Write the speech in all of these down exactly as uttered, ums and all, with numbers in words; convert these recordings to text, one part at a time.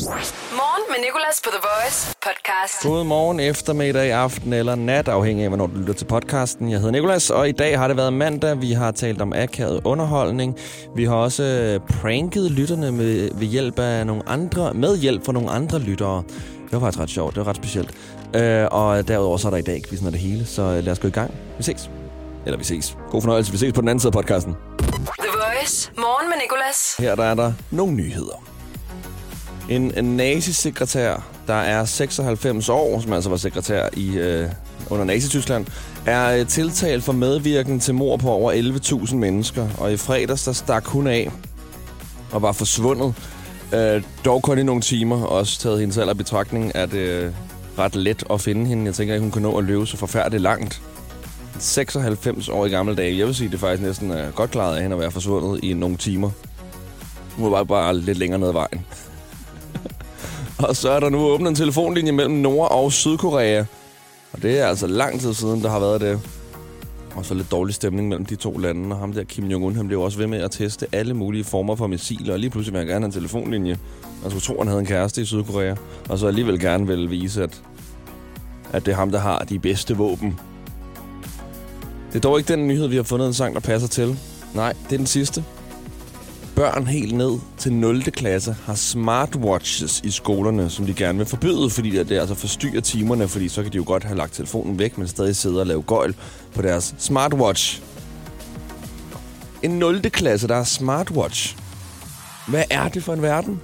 Morgen med Nicolas på The Voice podcast. God morgen, eftermiddag, aften eller nat, afhængig af, hvornår du lytter til podcasten. Jeg hedder Nicolas, og i dag har det været mandag. Vi har talt om akavet underholdning. Vi har også pranket lytterne med, ved hjælp af nogle andre, med hjælp fra nogle andre lyttere. Det var faktisk ret sjovt, det var ret specielt. Øh, og derudover så er der i dag quizzen og det hele, så lad os gå i gang. Vi ses. Eller vi ses. God fornøjelse. Vi ses på den anden side af podcasten. The Voice. Morgen med Nicolas. Her der er der nogle nyheder. En, en nazisekretær, der er seksoghalvfems år, som altså var sekretær i øh, under Nazi-Tyskland, er øh, tiltalt for medvirken til mord på over elleve tusind mennesker. Og i fredags, der stak hun af og var forsvundet. Øh, dog kun i nogle timer, også taget hendes alder i betragtning, at det øh, ret let at finde hende. Jeg tænker, at hun kunne nå at løbe så forfærdeligt langt. seksoghalvfems år i gamle dage. Jeg vil sige, at det faktisk næsten er godt klaret af hende at være forsvundet i nogle timer. Hun var bare, bare lidt længere ned ad vejen. Og så er der nu åbnet en telefonlinje mellem Nord- og Sydkorea. Og det er altså lang tid siden, der har været det. Og så lidt dårlig stemning mellem de to lande. Og ham der Kim Jong-un, han blev også ved med at teste alle mulige former for missiler. Og lige pludselig vil han gerne have en telefonlinje. Man skulle tro, han havde en kæreste i Sydkorea. Og så alligevel gerne vil vise, at, at det er ham, der har de bedste våben. Det er dog ikke den nyhed, vi har fundet en sang, der passer til. Nej, det er den sidste. Børn helt ned til nul klasse har smartwatches i skolerne, som de gerne vil forbyde, fordi det altså forstyrrer timerne, fordi så kan de jo godt have lagt telefonen væk, men stadig sidde og lave gøjl på deres smartwatch. En nul klasse, der er smartwatch. Hvad er det for en verden?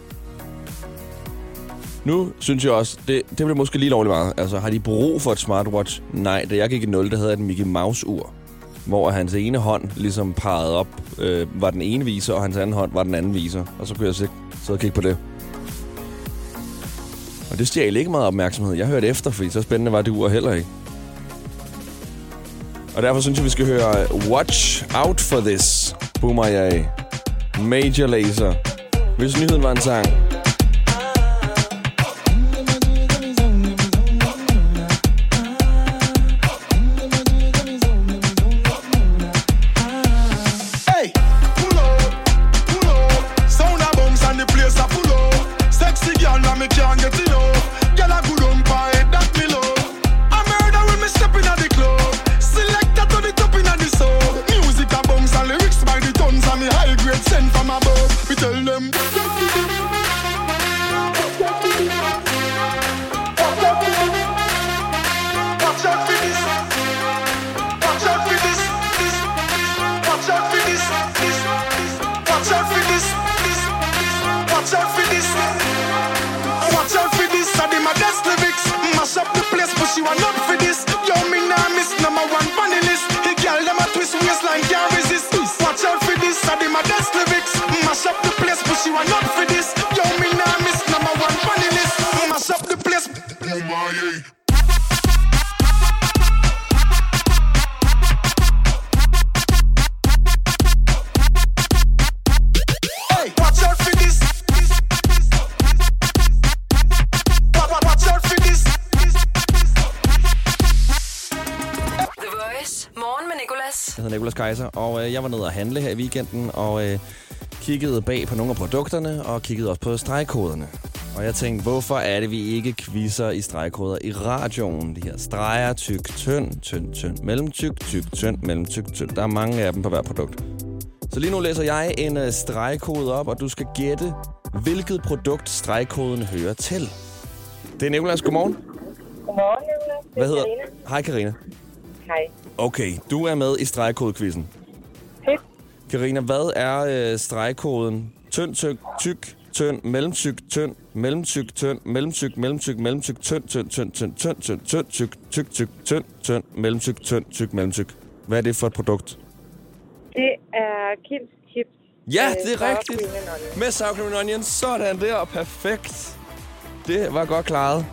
Nu synes jeg også, det, det bliver måske lige lovligt meget. Altså, har de brug for et smartwatch? Nej, da jeg gik i nul, der havde et Mickey Mouse-ur, hvor hans ene hånd ligesom parrede op, øh, var den ene viser, og hans anden hånd var den anden viser. Og så kunne jeg sidde og kigge på det. Og det stjal ikke meget opmærksomhed. Jeg hørte efter, fordi så spændende var det ur heller ikke. Og derfor synes jeg, vi skal høre Watch Out For This, Boomerang, Major Lazer. Hvis nyheden var en sang. Jeg hedder Nicolas Kaiser, og øh, jeg var nede og handle her i weekenden, og øh, kiggede bag på nogle af produkterne, og kiggede også på stregkoderne. Og jeg tænkte, hvorfor er det, vi ikke quizzer i stregkoder i radioen? De her streger, tyk, tynd, tynd, tynd, mellemtyk, tyk, tynd, mellemtyk, tynd. Der er mange af dem på hver produkt. Så lige nu læser jeg en øh, stregkode op, og du skal gætte, hvilket produkt stregkoden hører til. Det er Nicolas. Godmorgen. Godmorgen, Nicolas. Hvad hedder? Hej, Karina. Hej. Okay, du er med i stregkodekvizzen. Fedt. Karina, hvad er øh, stregkoden? Tynd, tyk, tyk, tynd, mellemtyk, tynd, mellemtyk, tynd, mellemtyk, mellemtyk, mellemtyk, tynd, tynd, tynd, tynd, tynd, tynd, tynd, tyk, tyk, tyk, tynd, tynd, mellemtyk, tynd, tyk, mellemtyk. Hvad er det for et produkt? Det er Kims chips. Ja, det er rigtigt. Med sour cream and onions. Sådan der. Perfekt. Det var godt klaret.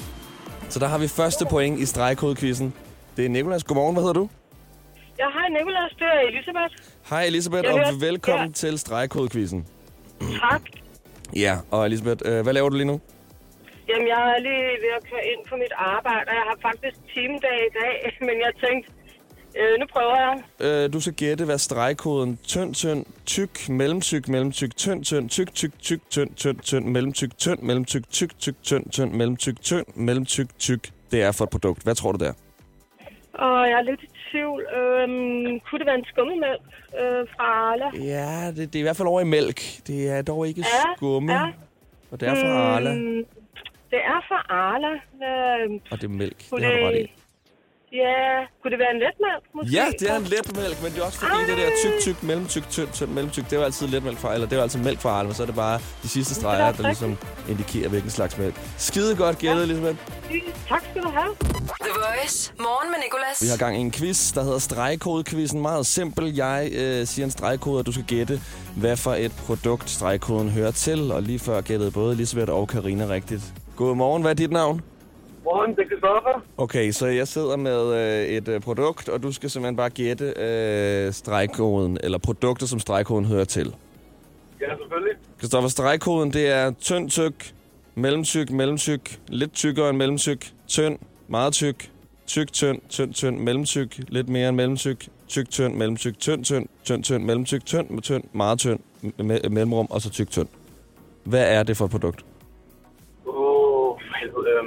Så der har vi første point i stregkodekvizzen. Det er Nicolas. Godmorgen. Hvad hedder du? Ja, hej Nicolas. Det er Elisabeth. Hej Elisabeth, Jeg og hørte, velkommen ja. til stregkodekvizzen. Tak. Ja, og Elisabeth, øh, hvad laver du lige nu? Jamen, jeg er lige ved at køre ind på mit arbejde, og jeg har faktisk timedag i dag, men jeg tænkte, Øh, nu prøver jeg. Øh, du skal gætte, hvad stregkoden tynd, tynd, tyk, mellemtyk, mellemtyk, tynd, tynd, tyk, tyk, tyk, tynd, tynd, tynd, mellemtyk, tynd, mellemtyk, tyk, tyk, tynd, tynd, mellemtyk, tynd, mellemtyk, tyk. Det er for et produkt. Hvad tror du, det er? Og jeg er lidt i tvivl. Øhm, kunne det være en skummemælk øh, fra Arla? Ja, det, det er i hvert fald over i mælk. Det er dog ikke Ja, skumme. ja. Og det er fra Arla. Mm, det er fra Arla. Øh, Og det er mælk. Det kunne har du ret i. Ja, kunne det være en letmælk måske? Ja, det er en letmælk, men det er også fordi, det der tyk, tyk, mellemtyk, tynd, tynd, mellemtyk, det er jo altid letmælk fra, eller det er jo altid mælk fra Arla, men så er det bare de sidste streger, der ligesom indikerer, hvilken slags mælk. Skide godt gættet, ja. Elisabeth. Tak skal du have. The Voice. Morgen med Nicolas. Vi har gang i en quiz, der hedder stregkodequizzen. Meget simpel. Jeg øh, siger en stregkode, og du skal gætte, hvad for et produkt stregkoden hører til. Og lige før gættede både Elisabeth og Karina rigtigt. Godmorgen, hvad er dit navn? Morgen, det er Christoffer. Okay, så jeg sidder med øh, et øh, produkt, og du skal simpelthen bare gætte øh, stregkoden, eller produkter, som stregkoden hører til. Ja, selvfølgelig. Christoffer, stregkoden, det er tynd, tyk, mellemtyk, mellemtyk, lidt tykkere end mellemtyk, tynd, meget tyk, tyk, tynd, tynd, tynd, mellemtyk, lidt mere end mellemtyk, tyk, tynd, mellemtyk, tynd, tynd, tynd, tynd, mellemtyk, tynd, tynd, meget tynd, me- mellemrum, og så tyk, tynd. Hvad er det for et produkt? Åh, oh, for helvede. Øhm...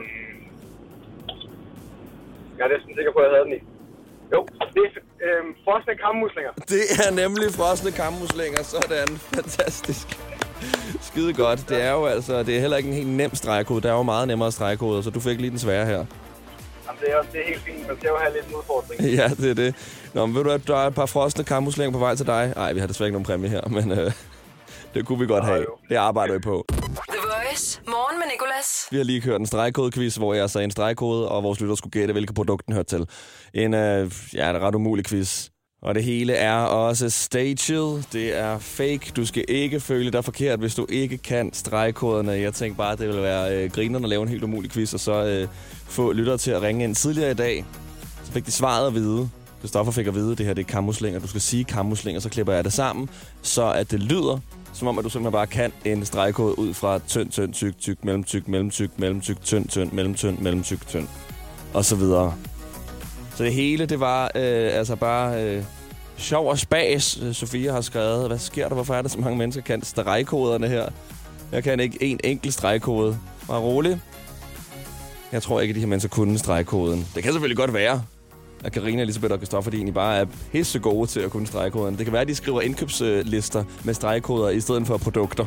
Jeg er næsten sikker på, at jeg havde den i. Jo, det er øhm, frosne kammuslinger. Det er nemlig frosne kammuslinger. Sådan. Fantastisk. Skide godt. Det er jo altså, det er heller ikke en helt nem stregkode. Der er jo meget nemmere stregkoder, så du fik lige den svære her. Jamen, det er, det er helt fint. Man skal jo have lidt en udfordring. Ja, det er det. Nå, men ved du, at der er et par frosne kammuslinger på vej til dig? Nej, vi har desværre ikke nogen præmie her, men øh, det kunne vi godt have. Det arbejder vi på. The Voice. Morgen med Nicolas. Vi har lige kørt en stregkodequiz, hvor jeg sagde en stregkode, og vores lytter skulle gætte, hvilke produkt den hørte til. En øh, ja, en ret umulig quiz. Og det hele er også staged. Det er fake. Du skal ikke føle dig forkert, hvis du ikke kan stregkoderne. Jeg tænkte bare, at det ville være øh, grinerne at lave en helt umulig quiz, og så øh, få lyttere til at ringe ind tidligere i dag. Så fik de svaret at vide. Christoffer fik at vide, at det her det er kammuslinger. Du skal sige kammuslinger, så klipper jeg det sammen, så at det lyder, som om at du simpelthen bare kan en stregkode ud fra tynd, tynd, tyk, tyk, mellemtyk, mellemtyk, mellemtyk, tynd, tynd, mellemtynd, mellemtyk, tynd, og så videre. Så det hele, det var øh, altså bare øh, sjov og spas. Sofia har skrevet, hvad sker der? Hvorfor er der så mange mennesker, der kan stregkoderne her? Jeg kan ikke en enkelt stregkode. Var rolig. Jeg tror ikke, at de her mennesker kunne stregkoden. Det kan selvfølgelig godt være, at Karina, Elisabeth og Christoffer, de egentlig bare er pisse gode til at kunne stregkoderne. Det kan være, at de skriver indkøbslister med stregkoder i stedet for produkter.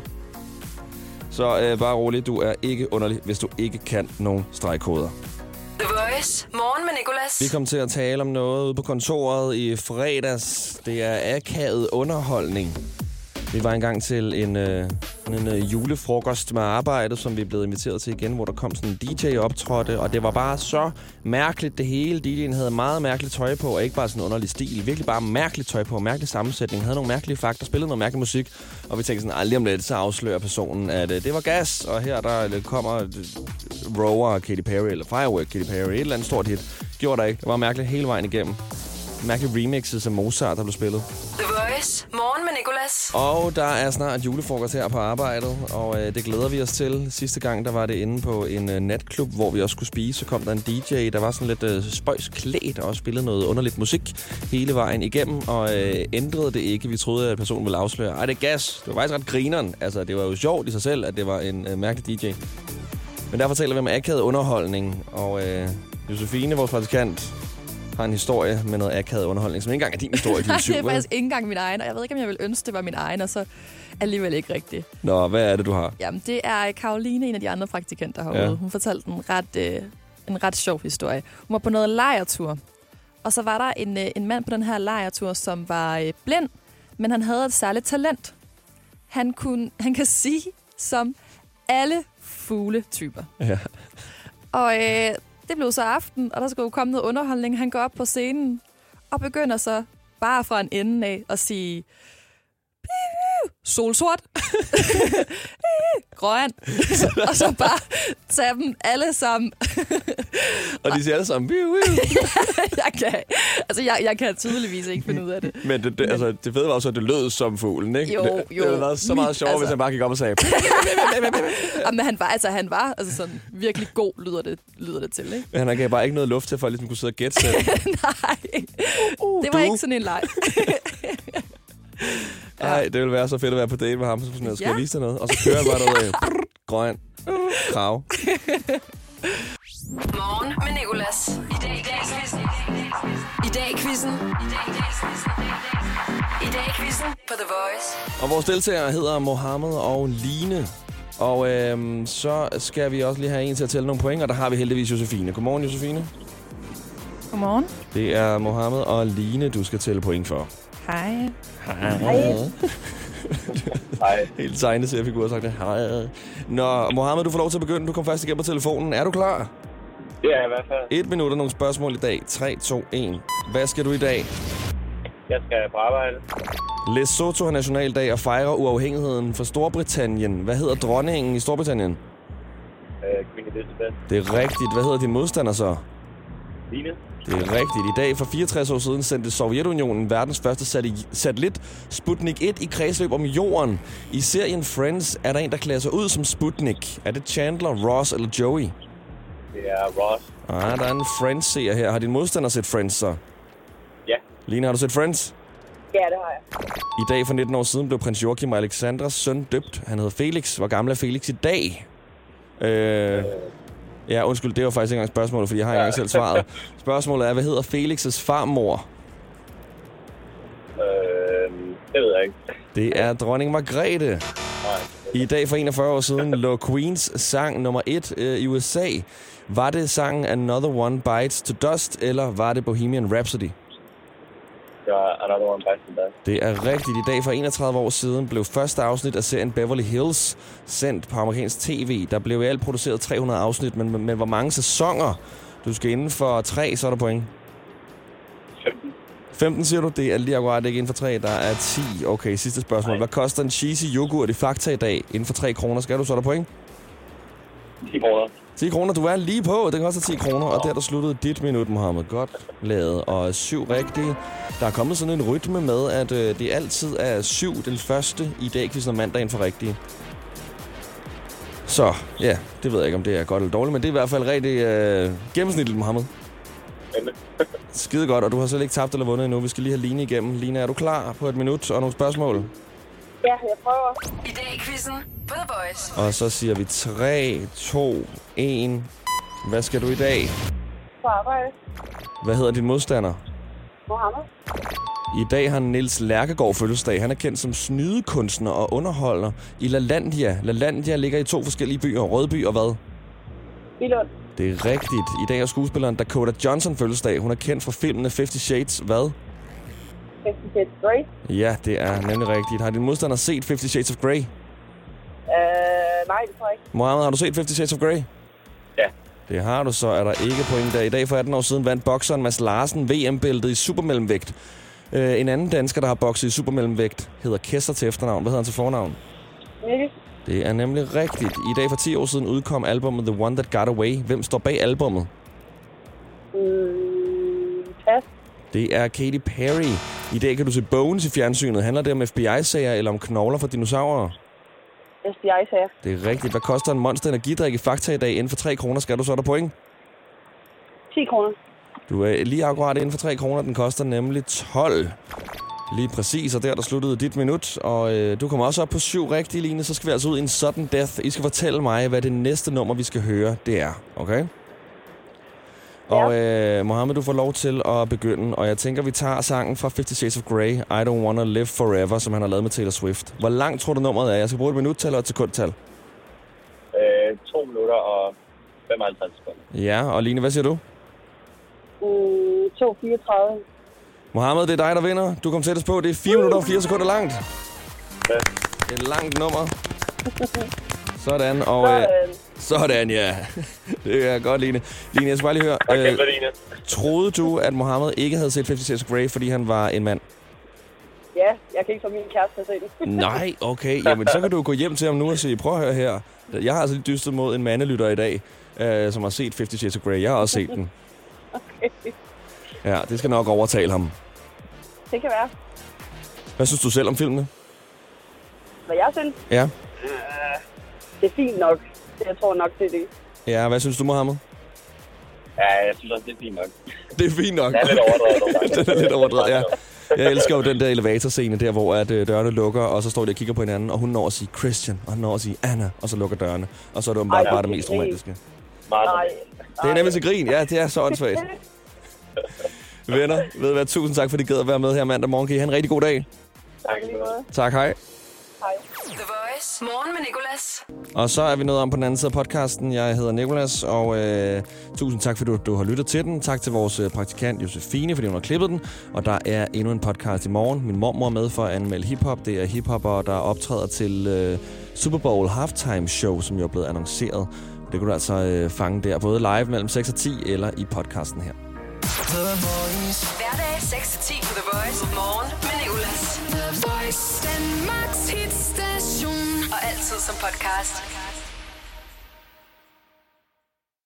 Så øh, bare rolig, du er ikke underlig, hvis du ikke kan nogen stregkoder. The Voice. Morgen med Nicolas. Vi kom til at tale om noget ude på kontoret i fredags. Det er akavet underholdning. Vi var engang til en, øh, en øh, julefrokost med arbejdet, som vi er blevet inviteret til igen, hvor der kom sådan en D J optrådte, og det var bare så mærkeligt det hele. D J'en havde meget mærkeligt tøj på, og ikke bare sådan en underlig stil. Virkelig bare mærkeligt tøj på, mærkelig sammensætning, havde nogle mærkelige fakter, spillede noget mærkelig musik, og vi tænkte sådan, lige om lidt, så afslører personen, at øh, det var gas, og her der kommer øh, Rover, Katy Perry, eller Firework, Katy Perry, et eller andet stort hit. Gjorde der ikke. Det var mærkeligt hele vejen igennem. Mærkelige remixes af Mozart, der blev spillet. The Voice. Morgen med Nicolas. Og der er snart julefrokost her på arbejdet, og øh, det glæder vi os til. Sidste gang, der var det inde på en øh, natklub, hvor vi også skulle spise. Så kom der en D J, der var sådan lidt øh, spøjsklædt og spillede noget underligt musik hele vejen igennem, og øh, ændrede det ikke. Vi troede, at personen ville afsløre, ej, det er gas. Det var faktisk ret grineren. Altså, det var jo sjovt i sig selv, at det var en øh, mærkelig D J. Men derfor taler vi om akavet underholdning, og øh, Josefine, vores praktikant, har en historie med noget akavet underholdning, som ikke engang er din historie, din syv. Det er faktisk ikke engang min egen, og jeg ved ikke, om jeg vil ønske, det var min egen, og så alligevel ikke rigtigt. Nå, hvad er det, du har? Jamen, det er Karoline, en af de andre praktikanter herude. Ja. Hun fortalte en ret, øh, en ret sjov historie. Hun var på noget lejrtur, og så var der en, øh, en mand på den her lejrtur, som var øh, blind, men han havde et særligt talent. Han, kunne, han kan sige som alle fugletyper. Ja. Og øh, det blev så aften, og der skulle jo komme noget underholdning. Han går op på scenen og begynder så bare fra en ende af at sige solsort, grøn, og så bare tage dem alle sammen. Og de siger alle sammen, biu, biu. jeg, kan, altså, jeg, jeg kan tydeligvis ikke finde ud af det. Men det, det, altså, det fede var også, at det lød som fuglen, ikke? Jo, det, jo. Det ville været så meget sjovt, altså, hvis han bare gik op og sagde... Men han var, altså, han var altså, sådan virkelig god, lyder det, lyder det til, ikke? Men han gav bare ikke noget luft til, for at ligesom kunne sidde og gætte selv. Nej, uh, uh, det var du. Ikke sådan en leg. Nej, det ville være så fedt at være på date med ham. Så sådan, skal ja. jeg vise dig noget? Og så kører han bare derud af. Grøn. Krav. Morgen med Nicolas. I dag i quizzen. I dag i quizzen. I dag i quizzen på The Voice. Og vores deltagere hedder Mohammed og Line. Og øhm, så skal vi også lige have en til at tælle nogle point, og der har vi heldigvis Josefine. Godmorgen, Josefine. Godmorgen. Det er Mohammed og Line, du skal tælle point for. Hej. Hej. Hej. Helt tegneseriefigur har sagt det. Hej. Nå, Mohammed, du får lov til at begynde. Du kom først igennem på telefonen. Er du klar? Ja, i hvert fald. Et minut og nogle spørgsmål i dag. tre, to, et. Hvad skal du i dag? Jeg skal på arbejde. Lesotho har nationaldag og fejrer uafhængigheden fra Storbritannien. Hvad hedder dronningen i Storbritannien? Øh, Queen Elizabeth. Det er rigtigt. Hvad hedder din modstander så? Line. Det er rigtigt. I dag for fireogtres år siden sendte Sovjetunionen verdens første satellit Sputnik et i kredsløb om jorden. I serien Friends er der en, der klæder sig ud som Sputnik. Er det Chandler, Ross eller Joey? Det er Ross. Ah, der er en Friends-serie her. Har din modstander set Friends så? Ja. Line, har du set Friends? Ja, det har jeg. I dag for nitten år siden blev prins Joachim og Alexandras søn døbt. Han hedder Felix. Hvor gammel er Felix i dag? Øh... Ja, undskyld, det var faktisk ikke engang spørgsmålet, fordi jeg har ikke engang selv svaret. Spørgsmålet er, hvad hedder Felix' farmor? Øh, det ved jeg ikke. Det er dronning Margrethe. Nej. I dag for enogfyrre år siden lå Queens sang nummer et øh, i U S A. Var det sangen Another One Bites to Dust, eller var det Bohemian Rhapsody? Det var Another One Bites to Dust. Det er rigtigt. I dag for enogtredive år siden blev første afsnit af serien Beverly Hills sendt på amerikansk tv. Der blev i alt produceret tre hundrede afsnit, men, men, men hvor mange sæsoner? Du skal inden for tre, så er der point. femten. femten siger du? Det er lige akkurat ikke inden for tre. Der er ti. Okay, sidste spørgsmål. Hvad koster en cheesy yoghurt i Fakta i dag? Inden for tre kroner. Skal du, så er der point? ti kroner. ti kroner, du er lige på. Det koster ti kroner, og der der sluttede dit minut, Mohammed. Godt lavet. Og syv rigtige. Der er kommet sådan en rytme med, at øh, det altid er syv den første i dag, hvis der mandagen for rigtige. Så, ja, det ved jeg ikke, om det er godt eller dårligt, men det er i hvert fald rigtig øh, gennemsnitligt, Mohammed. Skide godt, og du har selv ikke tabt eller vundet endnu. Vi skal lige have Line igennem. Line, er du klar på et minut og nogle spørgsmål? Ja, jeg prøver. I dag i quizzen på The Voice. Og så siger vi tre, to, et. Hvad skal du i dag? På arbejde. Hvad hedder din modstander? Mohammed. I dag har Niels Lærkegaard fødselsdag. Han er kendt som snydekunstner og underholder i LaLandia. LaLandia ligger i to forskellige byer, Rødby og hvad? Billund. Det er rigtigt. I dag er skuespilleren Dakota Johnson fødselsdag. Hun er kendt fra filmene Fifty Shades, hvad? Fifty Shades of Grey. Ja, det er nemlig rigtigt. Har din modstander set Fifty Shades of Grey? Øh, nej, det tror jeg ikke. Mohammed, har du set Fifty Shades of Grey? Ja. Det har du, så er der ikke point der. I dag for atten år siden vandt bokseren Mads Larsen V M-bæltet i supermellemvægt. Uh, en anden dansker, der har bokset i supermellemvægt, hedder Kester til efternavn. Hvad hedder han til fornavn? Mikkel. Det er nemlig rigtigt. I dag for ti år siden udkom albumet The One That Got Away. Hvem står bag albumet? Mm, pas. Det er Katy Perry. I dag kan du se Bones i fjernsynet. Handler det om F B I-sager eller om knogler for dinosaurer? F B I-sager. Det er rigtigt. Hvad koster en Monster energidrik i Fakta i dag? Inden for tre kroner skal du, så er der point. ti kroner. Du er lige akkurat inden for tre kroner. Den koster nemlig tolv. Lige præcis, og der der sluttede dit minut. Og øh, du kommer også op på syv rigtige, Line. Så skal vi altså ud i en sudden death. I skal fortælle mig, hvad det næste nummer, vi skal høre, det er. Okay? Ja. Og øh, Mohammed, du får lov til at begynde. Og jeg tænker, vi tager sangen fra Fifty Shades of Grey, I Don't Wanna Live Forever, som han har lavet med Taylor Swift. Hvor langt tror du nummeret er? Jeg skal bruge et minuttal og et sekundtal. Øh, to minutter og femoghalvtreds sekunder. Ja, og Line, hvad siger du? Mm, to fireogtredive. Mohammed, det er dig, der vinder. Du kom tættest på. Det er fire minutter og fire sekunder langt. Ja. Det er et langt nummer. Sådan, og... Øh, sådan, ja. Det er godt, Line. Line, jeg skal bare lige høre. Okay, øh, troede du, at Mohammed ikke havde set Fifty Shades of Grey, fordi han var en mand? Ja, jeg kan ikke få min kæreste til at se den. Nej, okay. Jamen, så kan du gå hjem til ham nu og sige, prøv at høre her. Jeg har altså lige dystet mod en mandelytter i dag, øh, som har set Fifty Shades of Grey. Jeg har også set den. Okay. Ja, det skal nok overtale ham. Det kan være. Hvad synes du selv om filmene? Hvad jeg synes? Ja. Øh, det er fint nok. Jeg tror nok, det er det. Ja, hvad synes du, Mohammed? Ja, jeg synes også, det er fint nok. Det er fint nok. Det er lidt overdrevet. Den er lidt overdrevet, ja. Jeg elsker jo den der elevatorscene der, hvor at, øh, dørene lukker, og så står de og kigger på hinanden, og hun når at sige Christian, og han når at sige Anna, og så lukker dørene. Og så er det bare, bare det mest romantiske. Nej. Det er nemlig til grin. Ja, det er så åndssvagt. Venner, ved du hvad, tusind tak, fordi I gad at være med her mandag morgen. Kan I have en rigtig god dag? Tak lige måde. Tak, hej. Hej. The Voice. Morgen med Nicolas. Og så er vi nået om på den anden side af podcasten. Jeg hedder Nicolas, og øh, tusind tak, fordi du, du har lyttet til den. Tak til vores øh, praktikant Josefine, fordi hun har klippet den. Og der er endnu en podcast i morgen. Min mormor er med for at anmelde hiphop. Det er hiphopper, der optræder til øh, Super Bowl Halftime Show, som jo er blevet annonceret. Det kan du altså øh, fange der, både live mellem seks og ti eller i podcasten her. Hverdag seks til ti på The Voice. Morgen med Nicolas. The Voice. Danmarks hitstation. Og altid som podcast.